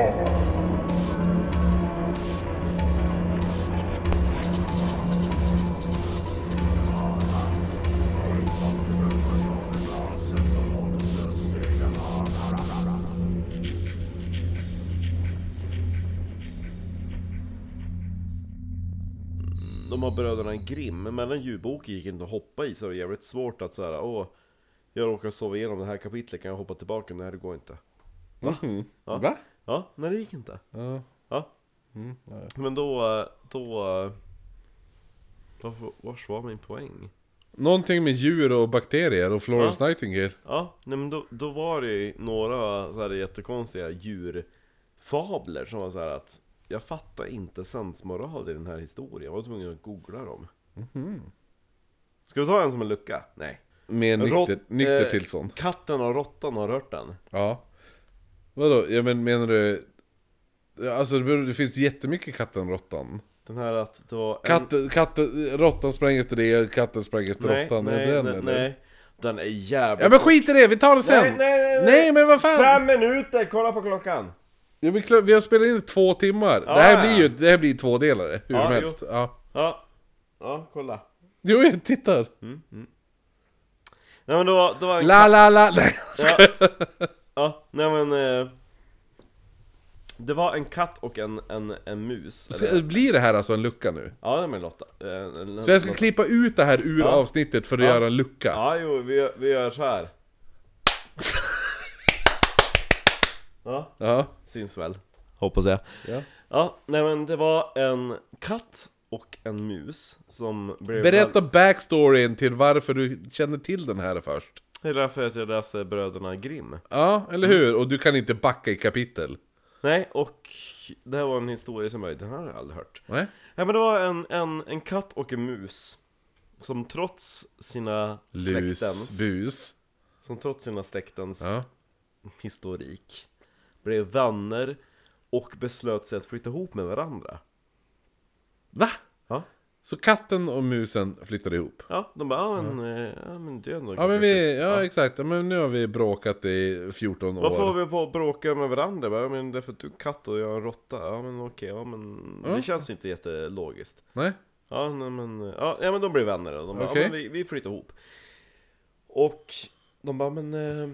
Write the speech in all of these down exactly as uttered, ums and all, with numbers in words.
De har bröderna Grimm, men mellan ljudboken gick inte att hoppa i, så det var jävligt svårt att såhär, åh, jag råkar sova igenom det här kapitlet, kan jag hoppa tillbaka? Nej, det går inte. Va? Mm-hmm. Ja. Va? Ja, nej det gick inte. Ja. Ja. Mm, men då, då, varför, vars var min poäng? Någonting med djur och bakterier och Florence Ja. Nightingale. Ja, nej men då, då var det ju några så här jättekonstiga djurfabler som var så här att jag fattar inte sensmoral i den här historien. Jag var tvungen att googla dem. Mm-hmm. Ska vi ta en som en lucka? Nej. Med nykter, Rott- nykter eh, tillstånd. Katten och råttan, har hört den? Ja. Vadå? Ja, men menar du... Alltså det, det finns jättemycket katten och råttan. Den här att det var en... Katten, katten, råttan sprang efter det, katten sprang efter nej, råttan. nej, Är det den, nej, eller? nej. Den är jävligt... Ja men skit i det, vi tar det sen! Nej, nej, nej, nej. Nej men vad fan! Fem minuter, kolla på klockan! Ja, vi, klar, vi har spelat in två timmar. Ja, det här ja. blir ju det här blir två delare, hur Ja, som helst. jo. Ja. Ja, ja, kolla. Jo, jag tittar. Mm, mm. Nej men då, då var en La la la. Nej, ja. Ja, nej men eh, det var en katt och en, en, en mus. Ska, Eller? blir det här alltså en lucka nu? Ja, det är med Lotta. Eh, en, Så jag ska Lotta. klippa ut det här ur Ja. avsnittet för att Ja. göra en lucka. Ja, jo, vi, vi gör så här. Ja, Ja. syns väl. Hoppas jag. Ja. Ja, nej men det var en katt och en mus som blev... Berätta backstoryn till varför du känner till den här först. Det är därför att jag läser Bröderna Grimm. Ja, eller hur? Och du kan inte backa i kapitel. Nej, och det här var en historia som jag, den här har jag aldrig hört. Nej? Nej men det var en, en, en katt och en mus som trots sina Lus, släktens bus. Som trots sina släktens Ja. historik blev vänner och beslöt sig att flytta ihop med varandra. Va? Ja, Så katten och musen flyttade ihop? ja de bara, ja men, ja. ja, men det är ändå Ja ganska men vi, schysst. ja exakt, ja, men nu har vi bråkat i fjorton år. Varför har vi på att bråka med varandra? Ja, men det är för att du är en katt och jag är en råtta. Ja men okej, ja men Ja. det känns inte jättelogiskt. Nej? Ja, nej, men, ja, ja men de blir vänner och de bara, Okej. ja, men vi, vi flyttar ihop. Och de bara, men eh,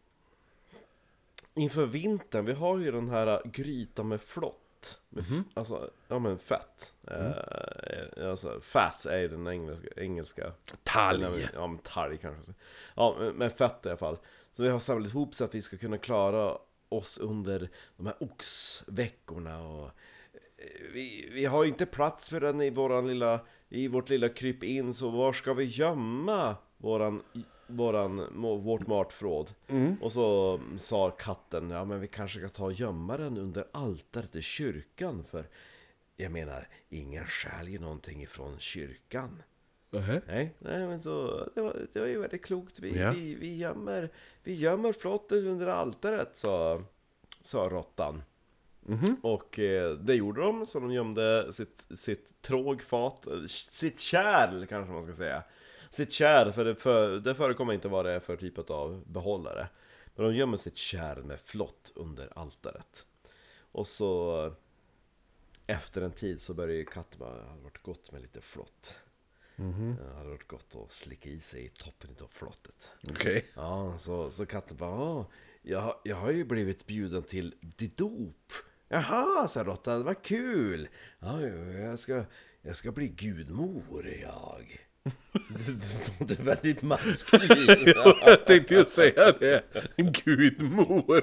inför vintern, vi har ju den här grytan med flott med f- alltså, ja men fett eh, alltså fat är den engelska, engelska Talg. Nej, men- ja men talg kanske. Ja men, men fett i alla fall. Så vi har samlat ihop så att vi ska kunna klara oss under de här oxveckorna och eh, vi, vi har ju inte plats för den i våran lilla i vårt lilla kryp in, så var ska vi gömma våran våran må- vårt matförråd? Och så sa katten, ja men vi kanske ska ta och gömma den under altaret i kyrkan, för jag menar, ingen stjäl ju någonting ifrån kyrkan. Uh-huh. Nej, nej men så det var, det var ju väldigt klokt. Vi, Ja. vi, vi gömmer vi gömmer flottet under altaret, sa sa råttan. Och eh, det gjorde de, så de gömde sitt, sitt trågfat, eh, sitt kärl kanske man ska säga. Sitt kärl, för det, för det förekommer inte vad det är för typ av behållare. Men de gömmer sitt kärl med flott under altaret. Och så efter en tid så började ju katten bara, det hade varit gott med lite flott. Mhm. Det hade varit gott att slicka i sig i toppen av flottet. Okej. Ja, så, så katten bara, "Åh, jag, jag har ju blivit bjuden till ditt dop." Jaha, sa råttan, vad kul. Ja, jag ska, jag ska bli gudmor, jag. Det är väldigt maskulin. Jag tänkte ju säga det. Gudmor.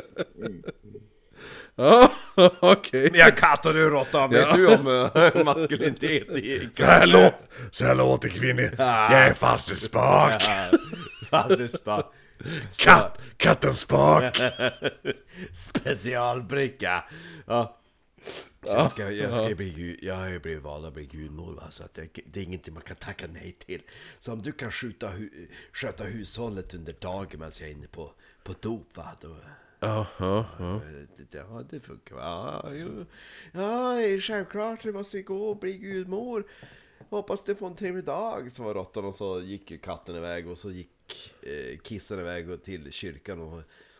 Ja, okej. Men jag katt och du råtta, vet Ja. du om uh, maskulinitet i Så här, lå- så här låter kvinnor. Jag är fast i spak. Fast det bara Katt, kattens spak. specialbricka. Ja. Så jag ska, jag ska ju bli gud, jag har ju blivit vald att bli gudmor, va? Så att det, det är ingenting man kan tacka nej till. Så om du kan skjuta hu, sköta hushållet under dagen medan jag är inne på, på dop, va? Då, Ja, ja, ja. det, ja, det funkar. Ja, jo. Ja, det är självklart, du måste gå och bli gudmor. Hoppas du får en trevlig dag, så var råttan. Och så gick ju katten iväg och så gick eh, kissen iväg och till kyrkan och,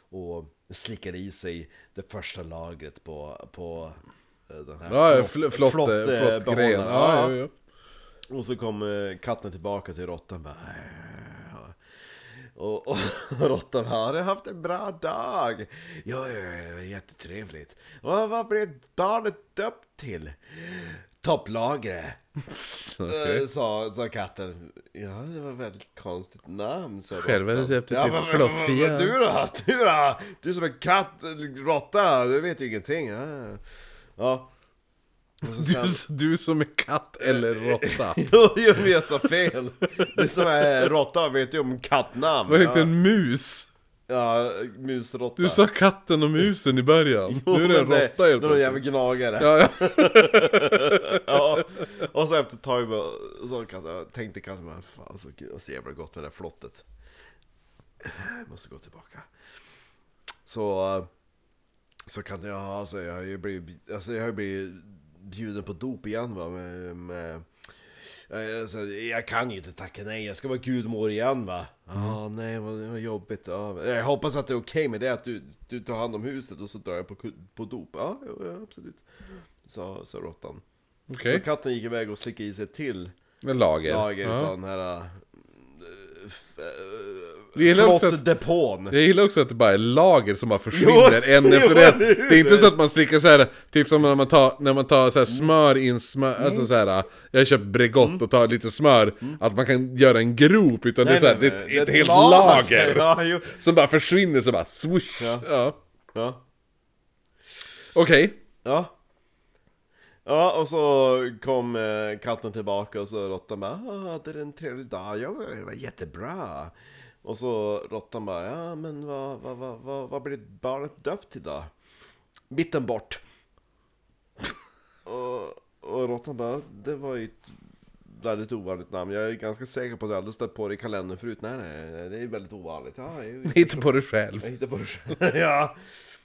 och slickade i sig det första lagret på, på den här Ja, flott, fl- flott, flott, flott, eh, flott grejen. behållaren. Ja, ja, ja. Och så kom eh, katten tillbaka till råttan bara, "Äh." och, och råttan bara, har du haft en bra dag? Ja, ja, ja, jättetrevligt. Och vad blev barnet döpt till? Topplagre. Okej. Eh, sa, sa katten. Ja, det var väldigt konstigt namn, sa Själv är det råttan. döpt till Ja, men- men- Flottfia. men Du då? Du då? Du som är katt, råtta, du vet ju ingenting. Ja. Ja. Och så sen- Du, du som är katt eller råtta. Jo, jo, men jag sa fel. Det som är råtta vet ju om kattnamn. Var det inte Ja, en mus? ja musråtta. Du sa katten och musen i början. Jo, Nu är det en men råtta helt det är någon jävla plötsligt. gnagare. Ja, ja. Ja. Och så efter ett tag bara, så katten, jag tänkte katten bara, fan så, så jävla gott med det där flottet. Jag måste gå tillbaka. Så Så kan jag, alltså jag har ju blivit, alltså jag har ju blivit bjuden på dop igen va, med, med alltså, jag kan ju inte tacka nej, jag ska vara gudmor igen va. Ja, mm. ah, nej vad, vad jobbigt. Ja, jag hoppas att det är okej okay med det, att du, du tar hand om huset och så drar jag på, på dop. Ja, ja absolut. Så, så råttan. Okay. Så katten gick iväg och slickade i sig till med lager, lager ja. Utan den här äh, flottdepån. Jag gillar också att det bara är lager som bara försvinner en efter en. Det är inte så att man slickar så här, typ som när man tar, när man tar så här smör in smör, mm. alltså så här, jag har köpt Bregott mm. och tar lite smör, mm. att man kan göra en grop, utan nej, det är så här, nej, nej, det är ett, ett helt lager, lager ja, som bara försvinner så bara swoosh. Ja. Ja. Ja. Okej. Okay. Ja. Ja, och så kom eh, katten tillbaka och så råttan bara, ah, det är en trevlig dag, ja, det var jättebra. Och så råttan bara, ja men vad, vad, vad, vad, vad blir barnet döpt till då? Mitten bort. och, och råttan bara, det var ju ett väldigt ovanligt namn. Jag är ganska säker på att jag hade stött på det i kalendern förut. Nej, nej, det är väldigt ovanligt. Ja, jag, jag hittar på det själv. Jag hittar på det själv, ja.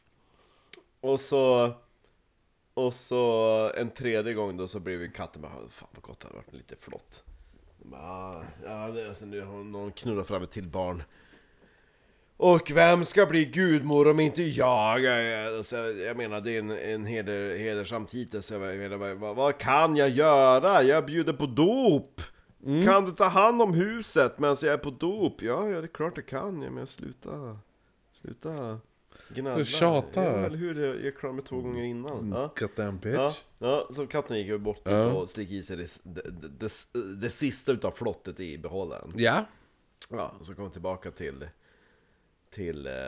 Och så... Och så en tredje gång då så blev ju katten bara, fan vad gott det hade varit lite flott. Bara, ja, det, alltså, nu har någon knullat fram ett till barn. Och vem ska bli gudmor om inte jag? Alltså, jag menar, det är en, en heder, hedersam titel. Så jag menar, vad, vad kan jag göra? Jag bjuder på dop. Mm. Kan du ta hand om huset medan jag är på dop? Ja, ja det är klart jag kan. Ja, men sluta. Sluta. Du tjatar. Ja, eller hur? Jag, jag klarade mig två gånger innan. Ja. Goddamn bitch. Ja, ja, så katten gick ju bort ja. och slickade i sig det, det, det, det, det sista utav flottet i behållaren. Ja. Ja, och så kom jag tillbaka till till eh,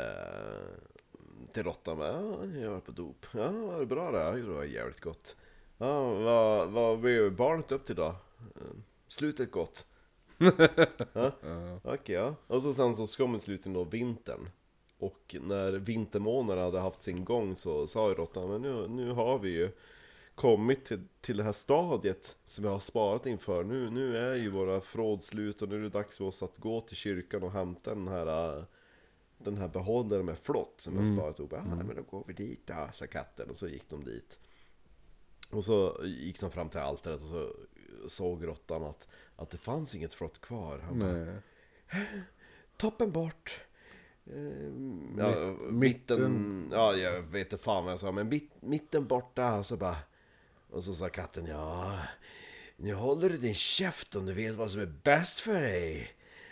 till råttan. Ja, jag var på dop. Ja, var det bra det? Det var jävligt gott. Ja, vad, vad blev barnet upp till då? Slutet gott. Ja, ja. Okej, okay, ja. Och så sen så kom i slutet då vintern. Och när vintermånaderna hade haft sin gång så sa ju råttan, men nu, nu har vi ju kommit till, till det här stadiet som vi har sparat inför. Nu, nu är ju våra förråd slut och nu är det dags för oss att gå till kyrkan och hämta den här, den här behållaren med flott som mm. vi har sparat ihop. Ja, mm. men då går vi dit, ja, sa katten. Och så gick de dit. Och så gick de fram till altaret och så såg råttan att, att det fanns inget flott kvar. Han bara, toppen bort. Uh, ja, mitten, ja jag vet inte fan vad jag sa, men mit, mitten borta och så bara, och så sa katten, ja nu håller du din käft om du vet vad som är bäst för dig.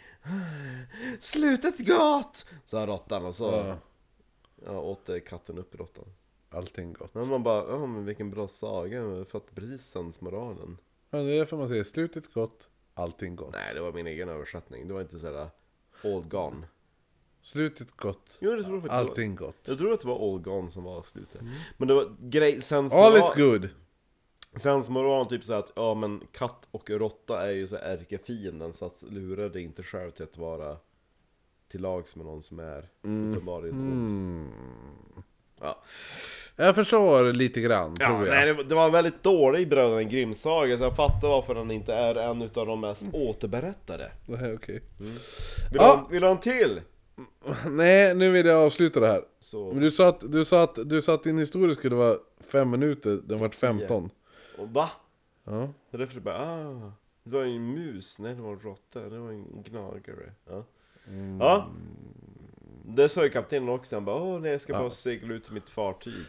Slutet gott, sa råttan och så ja. Ja, åt katten upp råttan. Allting gott. Men man bara, ja men vilken bra saga, för att precis sensmoralen. Ja, det är därför man säger slutet gott, allting gott. Nej, det var min egen översättning, det var inte sådär old gone. Slutet gott, jo, det tror jag allting var, gott. Jag tror att det var all gone som var slutet. Mm. Men det var grej, sens all is good. Sensmoral typ så att, ja men katt och råtta är ju så ärkefienden, så att lura dig inte själv till att vara till lags med någon som är mm. uppenbarligen mm. Ja. Jag förstår lite grann, ja, tror jag. Nej, det, det var en väldigt dålig Bröderna Grimm-saga, så jag fattar varför den inte är en utav de mest mm. återberättade. Det här är okej. Mm. Vill, ja. vill du ha en till? Nej, nu vill jag avsluta det här. Så. Men du sa att du sa att du sa att din historia skulle vara fem minuter, den var femton. Och va? Ja. Därför det bara, ah, det var en mus, nej det var en råtta, det var en gnagare. Ja. Mm. Ja. Det sa ju kaptenen också, han bara åh nej jag ska Ja. bara segla ut till mitt fartyg.